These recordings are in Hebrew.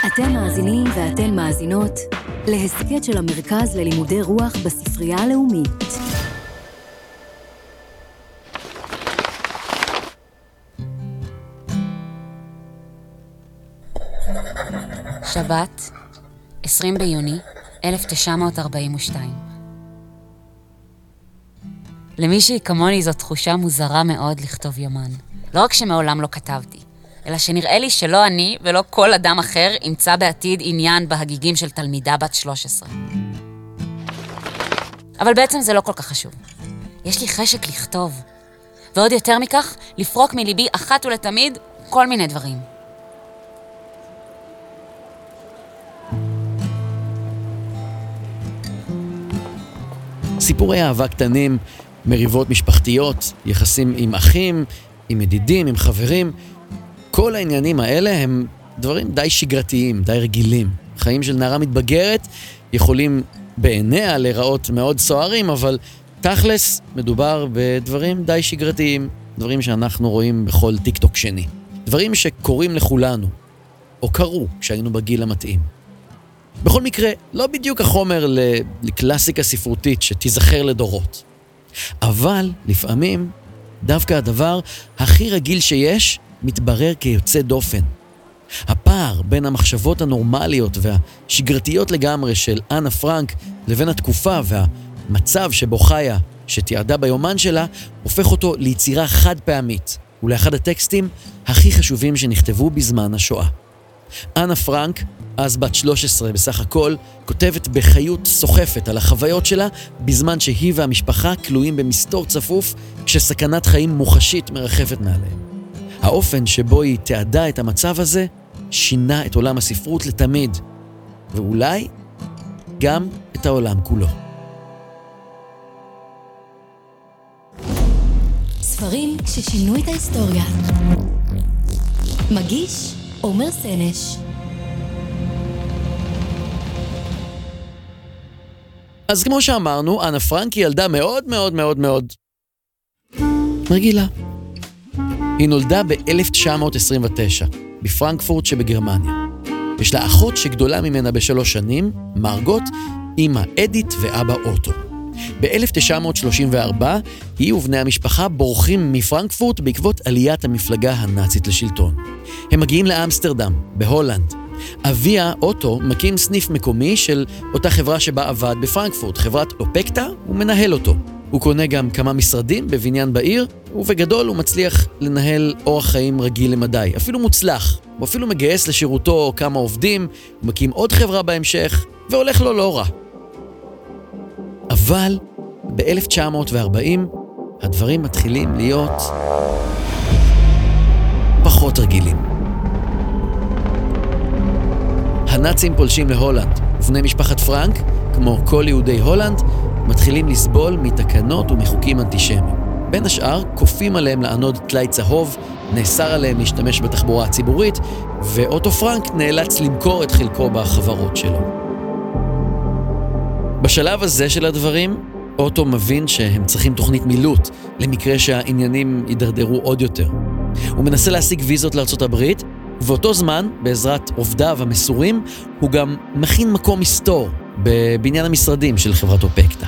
אתם מאזינים ואתן מאזינות להסכת של המרכז ללימודי רוח בספרייה הלאומית. שבת, 20 ביוני 1942. למישהי כמוני זו תחושה מוזרה מאוד לכתוב יומן. לא רק שמעולם לא כתבתי, אלא שנראה לי שלא אני ולא כל אדם אחר ימצא בעתיד עניין בהגיגים של תלמידה בת 13. אבל בעצם זה לא כל כך חשוב. יש לי חשק לכתוב, ועוד יותר מכך, לפרוק מליבי אחת ולתמיד כל מיני דברים. סיפורי אהבה קטנים, מריבות משפחתיות, יחסים עם אחים, עם ידידים, עם חברים. כל העניינים האלה הם דברים די שגרתיים, די רגילים. חיים של נערה מתבגרת יכולים בעיניה להיראות מאוד סוערים, אבל תכלס מדובר בדברים די שגרתיים, דברים שאנחנו רואים בכל טיקטוק שני. דברים שקורים לכולנו, או קרו כשהיינו בגיל המתאים. בכל מקרה, לא בדיוק החומר לקלאסיקה ספרותית שתיזכר לדורות. אבל לפעמים, דווקא הדבר הכי רגיל שיש, מתברר כיוצא דופן. הפער בין המחשבות הנורמליות והשגרתיות לגמרי של אנה פרנק לבין התקופה והמצב שבו חיה, שתיעדה ביומן שלה, הופך אותו ליצירה חד פעמית, ולאחד הטקסטים הכי חשובים שנכתבו בזמן השואה. אנה פרנק, אז בת 13 בסך הכל, כותבת בחיות סוחפת על החוויות שלה, בזמן שהיא והמשפחה כלואים במסתור צפוף, כשסכנת חיים מוחשית מרחפת מעליהם. האופן שבו היא תיעדה את המצב הזה, שינה את עולם הספרות לתמיד, ואולי גם את העולם כולו. ספרים ששינו את ההיסטוריה. מגיש עומר סנש. אז כמו שאמרנו, אנה פרנק היא ילדה מאוד מאוד מאוד מאוד רגילה. היא נולדה ב-1929, בפרנקפורט שבגרמניה. יש לה אחות שגדולה ממנה ב3 שנים, מרגוט, אמא אדית ואבא אוטו. ב-1934 היא ובני המשפחה בורחים מפרנקפורט בעקבות עליית המפלגה הנאצית לשלטון. הם מגיעים לאמסטרדם, בהולנד. אביה, אוטו, מקים סניף מקומי של אותה חברה שבה עבד בפרנקפורט, חברת אופקטה, הוא מנהל אותו. הוא קונה גם כמה משרדים בבניין בעיר, ובגדול הוא מצליח לנהל אורח חיים רגיל למדי, אפילו מוצלח. הוא אפילו מגייס לשירותו כמה עובדים, הוא מקים עוד חברה בהמשך, והולך לו לא רע. אבל ב-1940 הדברים מתחילים להיות פחות רגילים. הנאצים פולשים להולנד, ובני משפחת פרנק, כמו כל יהודי הולנד, מתחילים לסבול מתקנות ומחוקים אנטישמיים. בין השאר, כופים עליהם לענוד טלאי צהוב, נאסר עליהם להשתמש בתחבורה הציבורית, ואוטו פרנק נאלץ למכור את חלקו בחברות שלו. בשלב הזה של הדברים, אוטו מבין שהם צריכים תוכנית מילוט, למקרה שהעניינים יידרדרו עוד יותר. הוא מנסה להשיג ויזות לארצות הברית, ובאותו זמן, בעזרת עובדיו המסורים, הוא גם מכין מקום מסתור בבניין המשרדים של חברת אופקטה.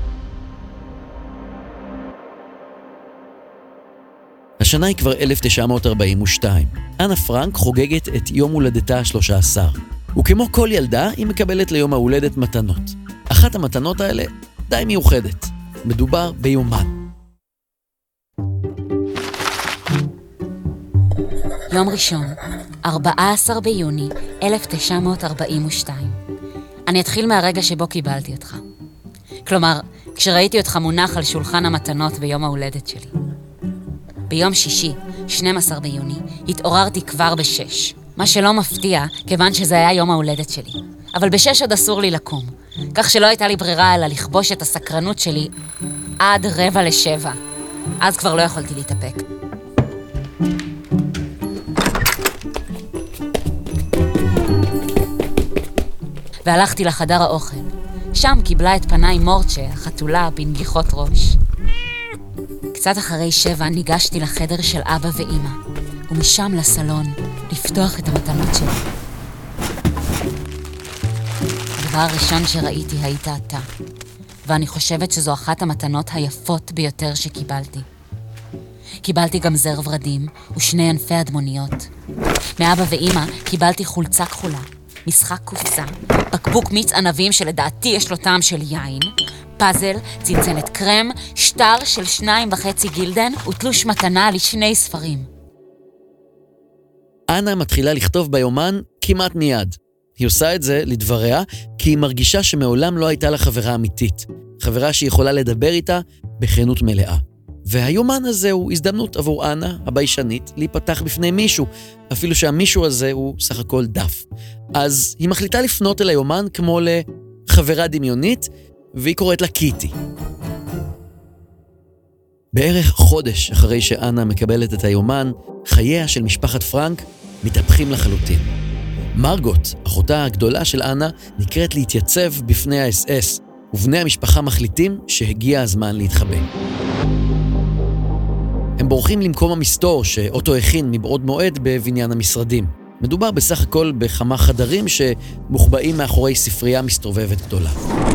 השנה היא כבר 1942. אנה פרנק חוגגת את יום הולדתה ה-13. וכמו כל ילדה, היא מקבלת ליום ההולדת מתנות. אחת המתנות האלה די מיוחדת. מדובר ביומן. יום ראשון, 14 ביוני 1942. אני אתחיל מהרגע שבו קיבלתי אותך. כלומר, כשראיתי אותך מונח על שולחן המתנות ביום ההולדת שלי. ביום שישי, 12 ביוני, התעוררתי כבר ב6. מה שלא מפתיע, כיוון שזה היה יום ההולדת שלי. אבל ב6 עוד אסור לי לקום. כך שלא הייתה לי ברירה אלא לכבוש את הסקרנות שלי עד 6:45. אז כבר לא יכולתי להתאפק. והלכתי לחדר האוכל. שם קיבלה את פניי מורצ'ה, החתולה, בנגיחות ראש. קצת אחרי 7 ניגשתי לחדר של אבא ואמא, ומשם לסלון לפתוח את המתנות שלי. הדבר הראשון שראיתי היית אתה, ואני חושבת שזו אחת המתנות היפות ביותר שקיבלתי. קיבלתי גם זר ורדים ושני ענפי אדמוניות. מאבא ואמא קיבלתי חולצה כחולה, משחק קופסה, בקבוק מיץ ענבים שלדעתי יש לו טעם של יין, פאזל, צנצנת קרם, שטר של 2.5 גילדן ותלוש מתנה לשני ספרים. אנה מתחילה לכתוב ביומן כמעט מיד. היא עושה את זה, לדבריה, כי היא מרגישה שמעולם לא הייתה לה חברה אמיתית. חברה שהיא יכולה לדבר איתה בכנות מלאה. והיומן הזה הוא הזדמנות עבור אנה, הביישנית, להיפתח בפני מישהו, אפילו שהמישהו הזה הוא סך הכל דף. אז היא מחליטה לפנות אל היומן כמו לחברה דמיונית, והיא קוראת לה קיטי. בערך חודש אחרי שאנה מקבלת את היומן, חייה של משפחת פרנק מתהפכים לחלוטין. מרגוט, אחותה הגדולה של אנה, נקראת להתייצב בפני האס-אס, ובני המשפחה מחליטים שהגיע הזמן להתחבא. הם בורחים למקום המסתור שאוטו הכין מבעוד מועד בבניין המשרדים. מדובר בסך הכל בכמה חדרים שמוחבאים מאחורי ספרייה מסתובבת גדולה.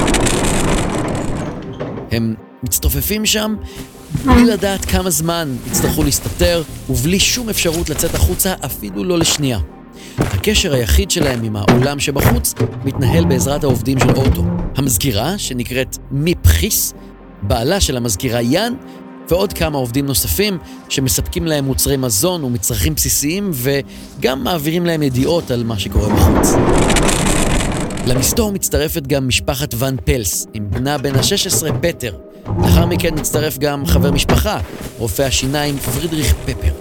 הם מצטופפים שם בלי לדעת כמה זמן יצטרכו להסתתר, ובלי שום אפשרות לצאת החוצה אפילו לא לשנייה. הקשר היחיד שלהם עם העולם שבחוץ מתנהל בעזרת העובדים של אוטו. המזכירה, שנקראת מיפחיס, בעלה של המזכירה יאן, ועוד כמה עובדים נוספים שמספקים להם מוצרי מזון ומצרכים בסיסיים, וגם מעבירים להם ידיעות על מה שקורה בחוץ. למסתור מצטרפת גם משפחת ון פלס, עם בנה בן ה-16 פטר. לאחר מכן מצטרף גם חבר משפחה, רופא השיניים פרידריך פפר.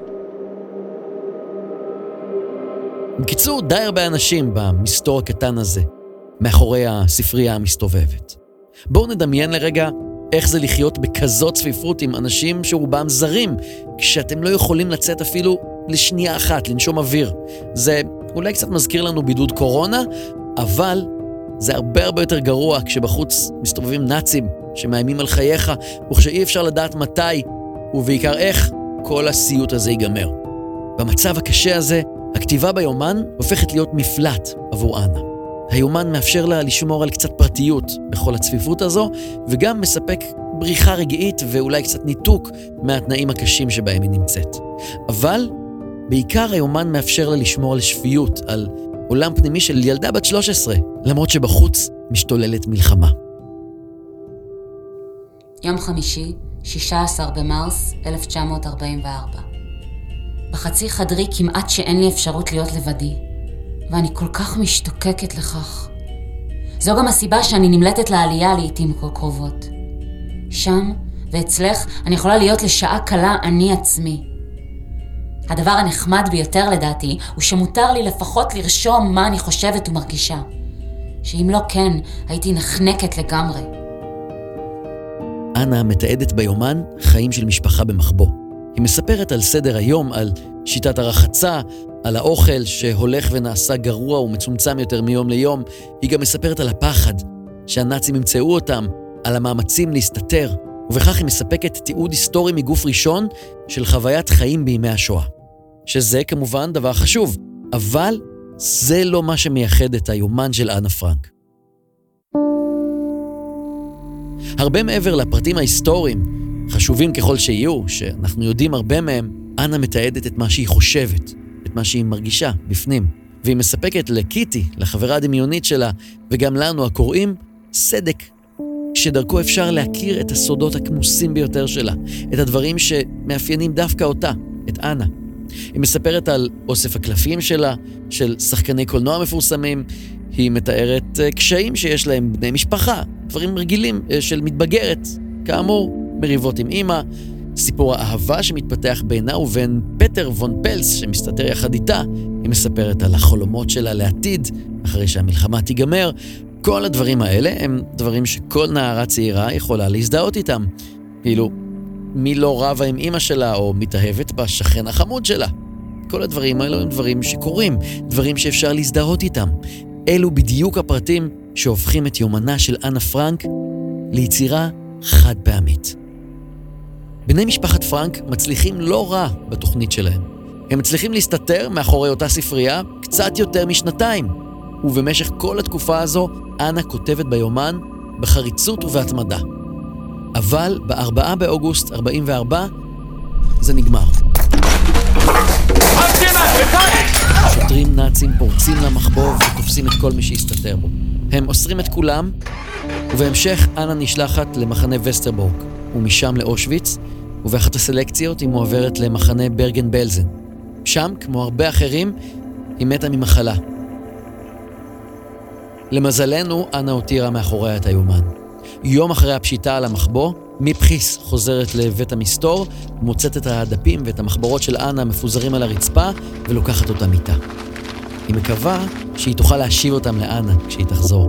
בקיצור, די הרבה אנשים במסתור הקטן הזה, מאחורי הספרייה המסתובבת. בואו נדמיין לרגע איך זה לחיות בכזאת צפיפות עם אנשים שרובם זרים, כשאתם לא יכולים לצאת אפילו לשנייה אחת, לנשום אוויר. זה אולי קצת מזכיר לנו בידוד קורונה, אבל זה הרבה יותר גרוע כשבחוץ מסתובבים נאצים שמאיימים על חייך, וכשאי אפשר לדעת מתי, ובעיקר איך, כל הסיוט הזה ייגמר. במצב הקשה הזה, הכתיבה ביומן הופכת להיות מפלט עבור אנה. היומן מאפשר לה לשמור על קצת פרטיות בכל הצפיפות הזו, וגם מספק בריחה רגעית ואולי קצת ניתוק מהתנאים הקשים שבהם היא נמצאת. אבל בעיקר היומן מאפשר לה לשמור על שפיות, על עולם פנימי של ילדה בת 13, למרות שבחוץ משתוללת מלחמה. יום חמישי, 16 במרס 1944. בחצי חדרי כמעט שאין לי אפשרות להיות לבדי, ואני כל כך משתוקקת לכך. זו גם הסיבה שאני נמלטת לעלייה לעתים כה קרובות. שם ואצלך אני יכולה להיות לשעה קלה אני עצמי. הדבר הנחמד ביותר לדעתי הוא שמותר לי לפחות לרשום מה אני חושבת ומרגישה. שאם לא כן, הייתי נחנקת לגמרי. אנה מתעדת ביומן חיים של משפחה במחבוא. היא מספרת על סדר היום, על שיטת הרחצה, על האוכל שהולך ונעשה גרוע ומצומצם יותר מיום ליום. היא גם מספרת על הפחד שהנאצים ימצאו אותם, על המאמצים להסתתר, ובכך היא מספקת תיעוד היסטורי מגוף ראשון של חוויית חיים בימי השואה. שזה כמובן דבר חשוב, אבל זה לא מה שמייחד את היומן של אנה פרנק. הרבה מעבר לפרטים ההיסטוריים, חשובים ככל שיהיו, שאנחנו יודעים הרבה מהם, אנה מתעדת את מה שהיא חושבת, את מה שהיא מרגישה בפנים, והיא מספקת לקיטי, לחברה הדמיונית שלה, וגם לנו הקוראים, סדק, שדרכו אפשר להכיר את הסודות הכמוסים ביותר שלה, את הדברים שמאפיינים דווקא אותה, את אנה. היא מספרת על אוסף הקלפים שלה, של שחקני קולנוע מפורסמים, היא מתארת קשיים שיש להם בני משפחה, דברים רגילים של מתבגרת, כאמור, מריבות עם אמא, סיפור האהבה שמתפתח בינה ובין פטר וון פלס שמסתתר יחד איתה. היא מספרת על החלומות שלה לעתיד, אחרי שהמלחמה תיגמר. כל הדברים האלה הם דברים שכל נערה צעירה יכולה להזדהות איתם. כאילו, מי לא רבה עם אמא שלה או מתאהבת בשכן החמוד שלה? כל הדברים האלה הם דברים שקורים, דברים שאפשר להזדהות איתם. אלו בדיוק הפרטים שהופכים את יומנה של אנה פרנק ליצירה חד פעמית. בני משפחת פרנק מצליחים לא רע בתוכנית שלהם. הם מצליחים להסתתר מאחורי אותה ספרייה קצת יותר משנתיים. ובמשך כל התקופה הזו, אנה כותבת ביומן בחריצות ובהתמדה. אבל ב4 באוגוסט 44, זה נגמר. שוטרים נאצים פורצים למחבוא ותופסים את כל מי שהסתתר בו. הם אוסרים את כולם, ובהמשך אנה נשלחת למחנה וסטרבורג, ומשם לאושוויץ, ובאחת הסלקציות היא מועברת למחנה ברגן בלזן. שם, כמו הרבה אחרים, היא מתה ממחלה. למזלנו, אנה הותירה מאחוריה את היומן. יום אחרי הפשיטה על המחבוא, מיפחיס חוזרת לבית המסתור, מוצאת את הדפים ואת המחברות של אנה מפוזרים על הרצפה, ולוקחת אותם איתה. היא מקווה שהיא תוכל להשיב אותם לאנה כשהיא תחזור.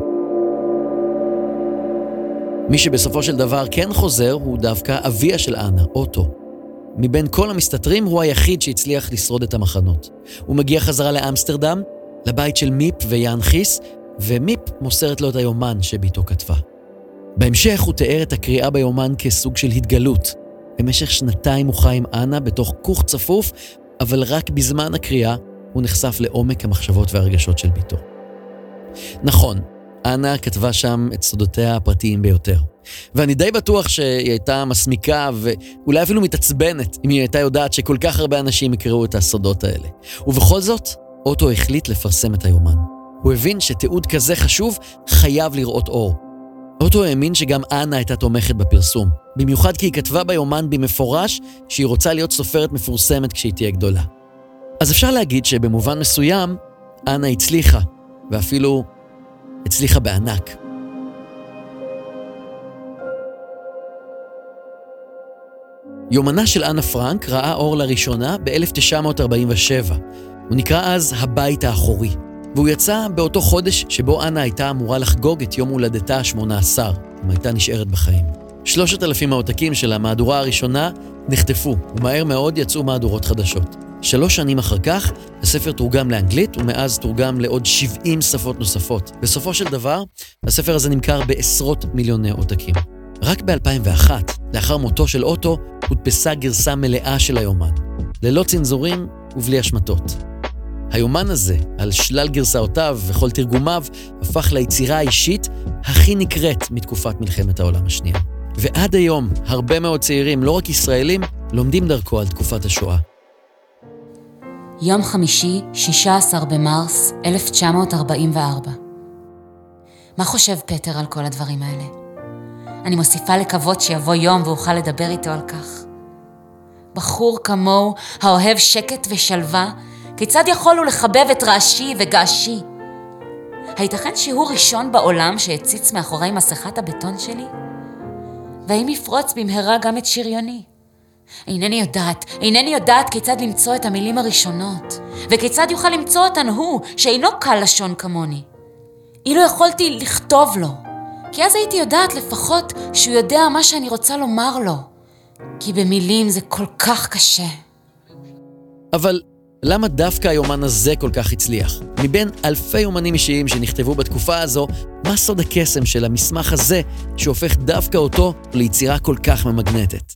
מי שבסופו של דבר כן חוזר הוא דווקא אביה של אנה, אוטו. מבין כל המסתתרים הוא היחיד שהצליח לשרוד את המחנות. הוא מגיע חזרה לאמסטרדם, לבית של מיפ ויאן חיס, ומיפ מוסרת לו את היומן שביתו כתבה. בהמשך הוא תיאר את הקריאה ביומן כסוג של התגלות. במשך 2 הוא חי עם אנה בתוך כוך צפוף, אבל רק בזמן הקריאה הוא נחשף לעומק המחשבות והרגשות של ביתו. נכון, אנה כתבה שם את סודותיה הפרטיים ביותר. ואני די בטוח שהיא הייתה מסמיקה ואולי אפילו מתעצבנת אם היא הייתה יודעת שכל כך הרבה אנשים יקראו את הסודות האלה. ובכל זאת, אוטו החליט לפרסם את היומן. הוא הבין שתיעוד כזה חשוב חייב לראות אור. אוטו האמין שגם אנה הייתה תומכת בפרסום, במיוחד כי היא כתבה ביומן במפורש שהיא רוצה להיות סופרת מפורסמת כשהיא תהיה גדולה. אז אפשר להגיד שבמובן מסוים, אנה הצליחה, ואפילו הצליחה בענק. יומנה של אנה פרנק ראה אור לראשונה ב-1947. הוא נקרא אז הבית האחורי. והוא יצא באותו חודש שבו אנה הייתה אמורה לחגוג את יום הולדתה ה-18, אם הייתה נשארת בחיים. 3,000 העותקים של המהדורה הראשונה נחטפו, ומהר מאוד יצאו מהדורות חדשות. 3 שנים אחר כך, הספר תורגם לאנגלית, ומאז תורגם לעוד 70 שפות נוספות. בסופו של דבר, הספר הזה נמכר בעשרות מיליוני עותקים. רק ב-2001, לאחר מותו של אוטו, הודפסה גרסה מלאה של היומן, ללא צנזורים ובלי השמטות. היומן הזה, על שלל גרסאותיו וכל תרגומיו, הפך ליצירה האישית הכי נקראת מתקופת מלחמת העולם השנייה. ועד היום, הרבה מאוד צעירים, לא רק ישראלים, לומדים דרכו על תקופת השואה. יום חמישי, 16 במרס 1944. מה חושב פטר על כל הדברים האלה? אני מוסיפה לקוות שיבוא יום ואוכל לדבר איתו על כך. בחור כמוהו, האוהב שקט ושלווה, כיצד יכול הוא לחבב את רעשי וגעשי? הייתכן שהוא ראשון בעולם שהציץ מאחורי מסכת הבטון שלי? והאם יפרוץ במהרה גם את שריוני? אינני יודעת כיצד למצוא את המילים הראשונות, וכיצד יוכל למצוא אותן הוא, שאינו קל לשון כמוני. אילו יכולתי לכתוב לו, כי אז הייתי יודעת לפחות שהוא יודע מה שאני רוצה לומר לו, כי במילים זה כל כך קשה. אבל למה דווקא היומן הזה כל כך הצליח? מבין אלפי יומנים אישיים שנכתבו בתקופה הזו, מה סוד הקסם של המסמך הזה שהופך דווקא אותו ליצירה כל כך ממגנטת?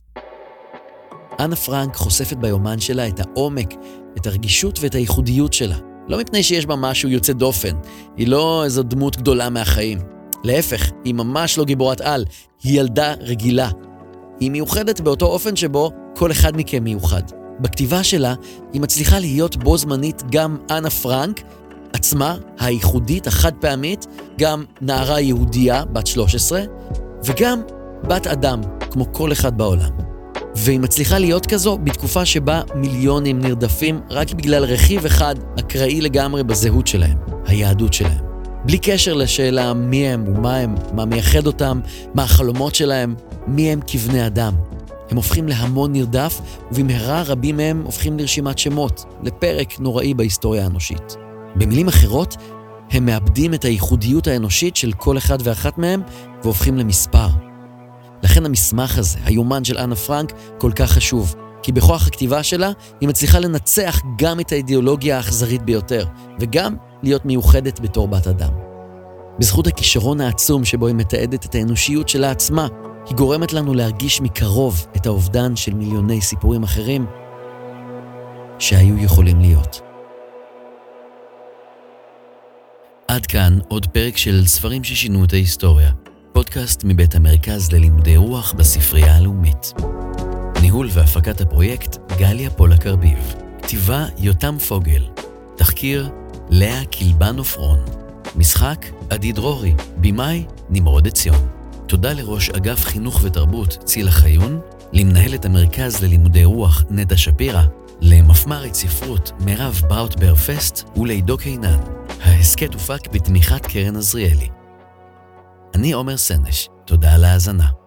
אנה פרנק חושפת ביומן שלה את העומק, את הרגישות ואת הייחודיות שלה. לא מפני שיש בה משהו יוצא דופן, היא לא איזו דמות גדולה מהחיים. להפך, היא ממש לא גיבורת על, היא ילדה רגילה. היא מיוחדת באותו אופן שבו כל אחד מכם מיוחד. בכתיבה שלה היא מצליחה להיות בו זמנית גם אנה פרנק, עצמה, הייחודית, החד פעמית, גם נערה יהודייה, בת 13, וגם בת אדם, כמו כל אחד בעולם. והיא מצליחה להיות כזו בתקופה שבה מיליונים נרדפים רק בגלל רכיב אחד אקראי לגמרי בזהות שלהם, היהדות שלהם. בלי קשר לשאלה מי הם ומה הם, מה מייחד אותם, מה החלומות שלהם, מי הם כבני אדם. הם הופכים להמון נרדף, ובמהרה רבים מהם הופכים לרשימת שמות, לפרק נוראי בהיסטוריה האנושית. במילים אחרות, הם מאבדים את הייחודיות האנושית של כל אחד ואחת מהם, והופכים למספר. לכן המסמך הזה, היומן של אנה פרנק, כל כך חשוב, כי בכוח הכתיבה שלה, היא מצליחה לנצח גם את האידיאולוגיה האכזרית ביותר, וגם להיות מיוחדת בתור בת אדם. בזכות הכישרון העצום שבו היא מתעדת את האנושיות שלה עצמה, היא גורמת לנו להרגיש מקרוב את האובדן של מיליוני סיפורים אחרים שהיו יכולים להיות. עד כאן עוד פרק של ספרים ששינו את ההיסטוריה. פודקאסט מבית המרכז ללימודי רוח בספרייה הלאומית. ניהול והפקת הפרויקט גליה פולק ארביב. כתיבה יותם פוגל. תחקיר לאה קילבן אופרון. משחק עדי דרורי. בימאי נמרוד עציון. תודה לראש אגף חינוך ותרבות צילה חיון, למנהלת המרכז ללימודי רוח נטע שפירא, למפמ"רית ספרות מירב בראוטבר פסט ולעידו קינן. ההסכת הופק בתמיכת קרן עזריאלי. אני עומר סנש, תודה על ההאזנה.